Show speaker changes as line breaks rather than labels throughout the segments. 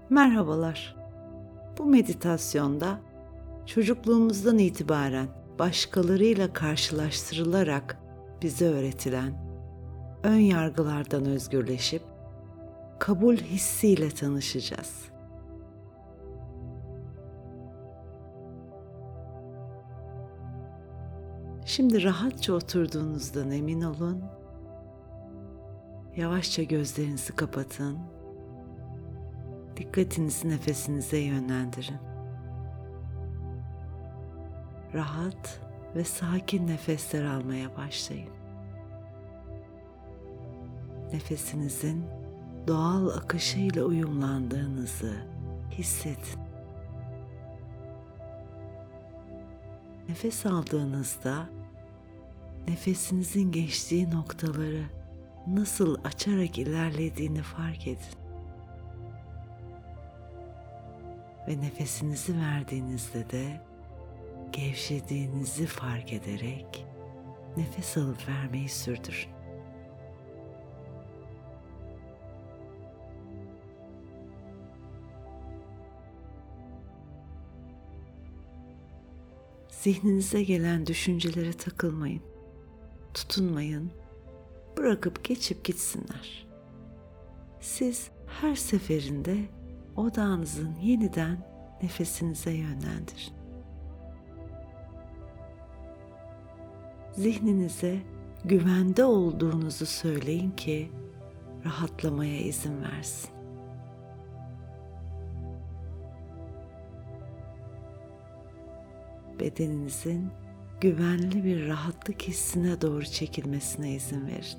Merhabalar. Bu meditasyonda çocukluğumuzdan itibaren başkalarıyla karşılaştırılarak bize öğretilen ön yargılardan özgürleşip kabul hissiyle tanışacağız. Şimdi rahatça oturduğunuzdan emin olun. Yavaşça gözlerinizi kapatın. Dikkatinizi nefesinize yönlendirin. Rahat ve sakin nefesler almaya başlayın. Nefesinizin doğal akışıyla uyumlandığınızı hissedin. Nefes aldığınızda nefesinizin geçtiği noktaları nasıl açarak ilerlediğini fark edin. Ve nefesinizi verdiğinizde de gevşediğinizi fark ederek nefes alıp vermeyi sürdürün. Zihninize gelen düşüncelere takılmayın, tutunmayın, bırakıp geçip gitsinler. Siz her seferinde odağınızın yeniden nefesinize yönlendirin. Zihninize güvende olduğunuzu söyleyin ki rahatlamaya izin versin. Bedeninizin güvenli bir rahatlık hissine doğru çekilmesine izin verin.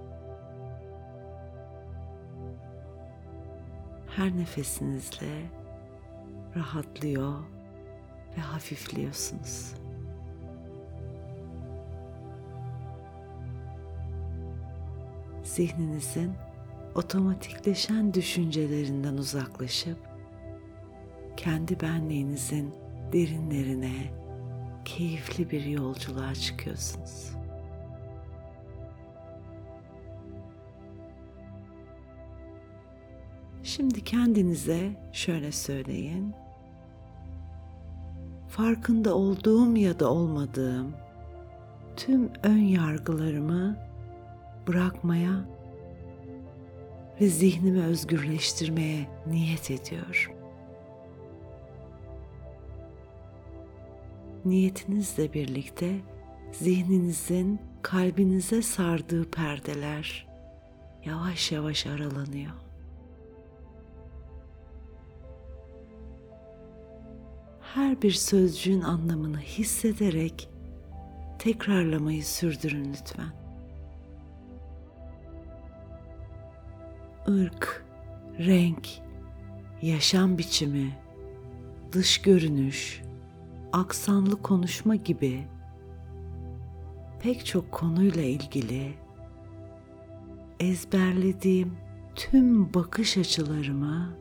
Her nefesinizle rahatlıyor ve hafifliyorsunuz. Zihninizin otomatikleşen düşüncelerinden uzaklaşıp kendi benliğinizin derinlerine keyifli bir yolculuğa çıkıyorsunuz. Şimdi kendinize şöyle söyleyin. Farkında olduğum ya da olmadığım tüm ön yargılarımı bırakmaya ve zihnimi özgürleştirmeye niyet ediyorum. Niyetinizle birlikte zihninizin kalbinize sardığı perdeler yavaş yavaş aralanıyor. Her bir sözcüğün anlamını hissederek tekrarlamayı sürdürün lütfen. Irk, renk, yaşam biçimi, dış görünüş, aksanlı konuşma gibi pek çok konuyla ilgili ezberlediğim tüm bakış açılarımı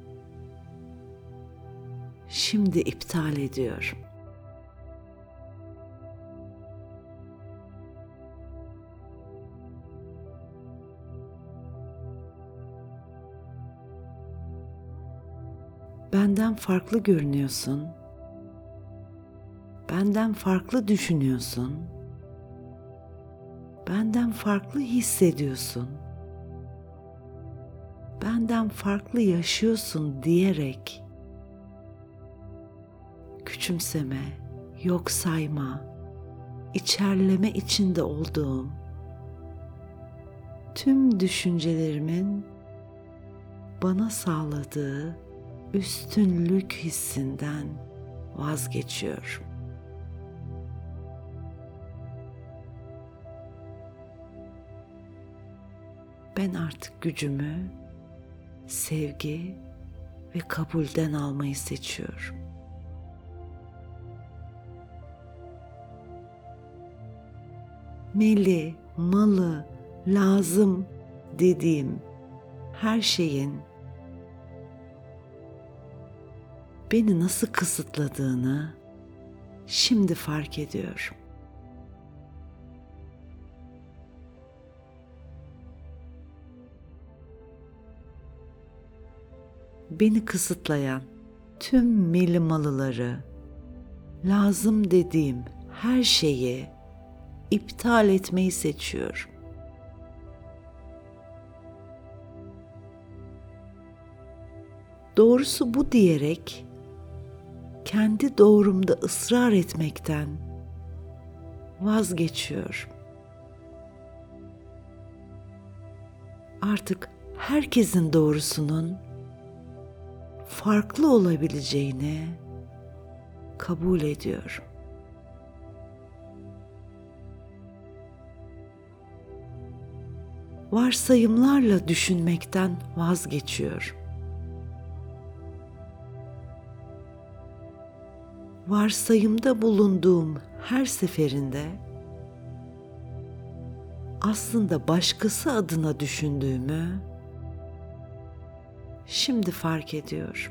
şimdi iptal ediyorum. Benden farklı görünüyorsun. Benden farklı düşünüyorsun. Benden farklı hissediyorsun. Benden farklı yaşıyorsun diyerek küçümseme, yok sayma, içerleme içinde olduğum tüm düşüncelerimin bana sağladığı üstünlük hissinden vazgeçiyorum. Ben artık gücümü sevgi ve kabulden almayı seçiyorum. Meli, malı, lazım dediğim her şeyin beni nasıl kısıtladığını şimdi fark ediyorum. beni kısıtlayan tüm milimalıları, lazım dediğim her şeyi iptal etmeyi seçiyorum. Doğrusu bu diyerek kendi doğrumda ısrar etmekten vazgeçiyorum. Artık herkesin doğrusunun farklı olabileceğini kabul ediyorum. Varsayımlarla düşünmekten vazgeçiyorum. Varsayımda bulunduğum her seferinde aslında başkası adına düşündüğümü şimdi fark ediyorum.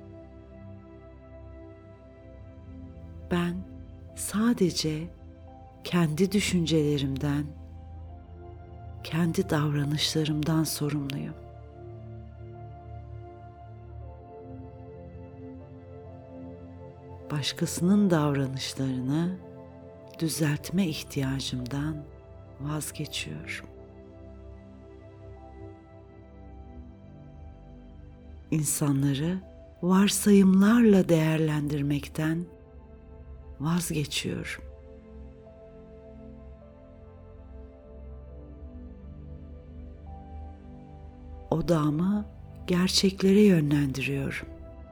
Ben sadece kendi düşüncelerimden, kendi davranışlarımdan sorumluyum. Başkasının davranışlarını düzeltme ihtiyacımdan vazgeçiyorum. İnsanları varsayımlarla değerlendirmekten vazgeçiyorum. Odağımı gerçeklere yönlendiriyorum.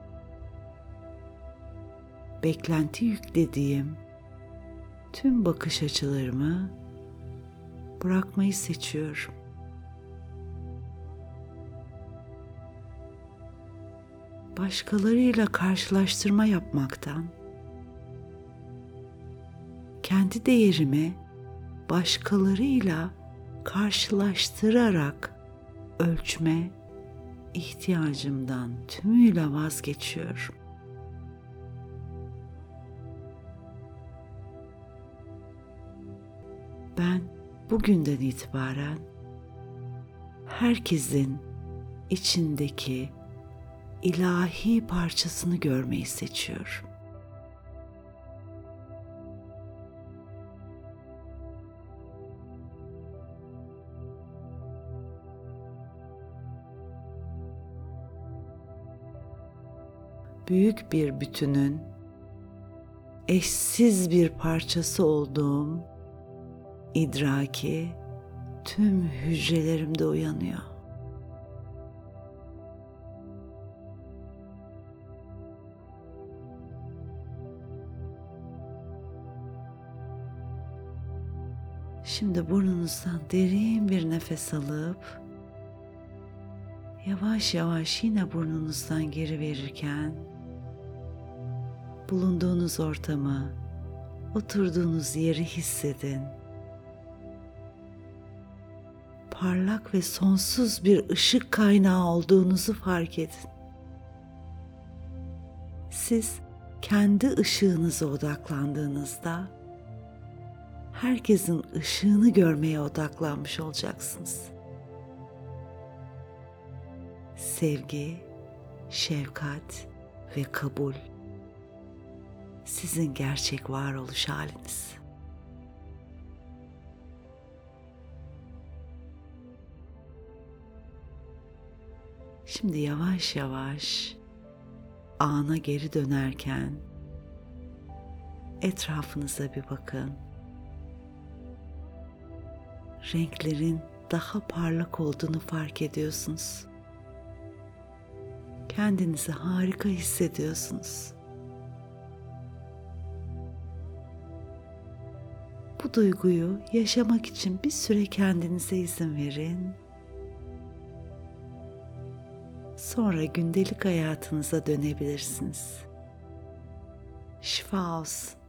Beklenti yüklediğim tüm bakış açılarımı bırakmayı seçiyorum. Başkalarıyla karşılaştırma yapmaktan, kendi değerimi başkalarıyla karşılaştırarak ölçme ihtiyacımdan tümüyle vazgeçiyorum. Ben bugünden itibaren herkesin içindeki ilahi parçasını görmeyi seçiyorum. Büyük bir bütünün eşsiz bir parçası olduğum idraki tüm hücrelerimde uyanıyor. Şimdi burnunuzdan derin bir nefes alıp yavaş yavaş yine burnunuzdan geri verirken bulunduğunuz ortamı, oturduğunuz yeri hissedin. Parlak ve sonsuz bir ışık kaynağı olduğunuzu fark edin. Siz kendi ışığınıza odaklandığınızda herkesin ışığını görmeye odaklanmış olacaksınız. Sevgi, şefkat ve kabul sizin gerçek varoluş haliniz. Şimdi yavaş yavaş ana geri dönerken etrafınıza bir bakın. Renklerin daha parlak olduğunu fark ediyorsunuz. Kendinizi harika hissediyorsunuz. Bu duyguyu yaşamak için bir süre kendinize izin verin. Sonra gündelik hayatınıza dönebilirsiniz. Şifa olsun.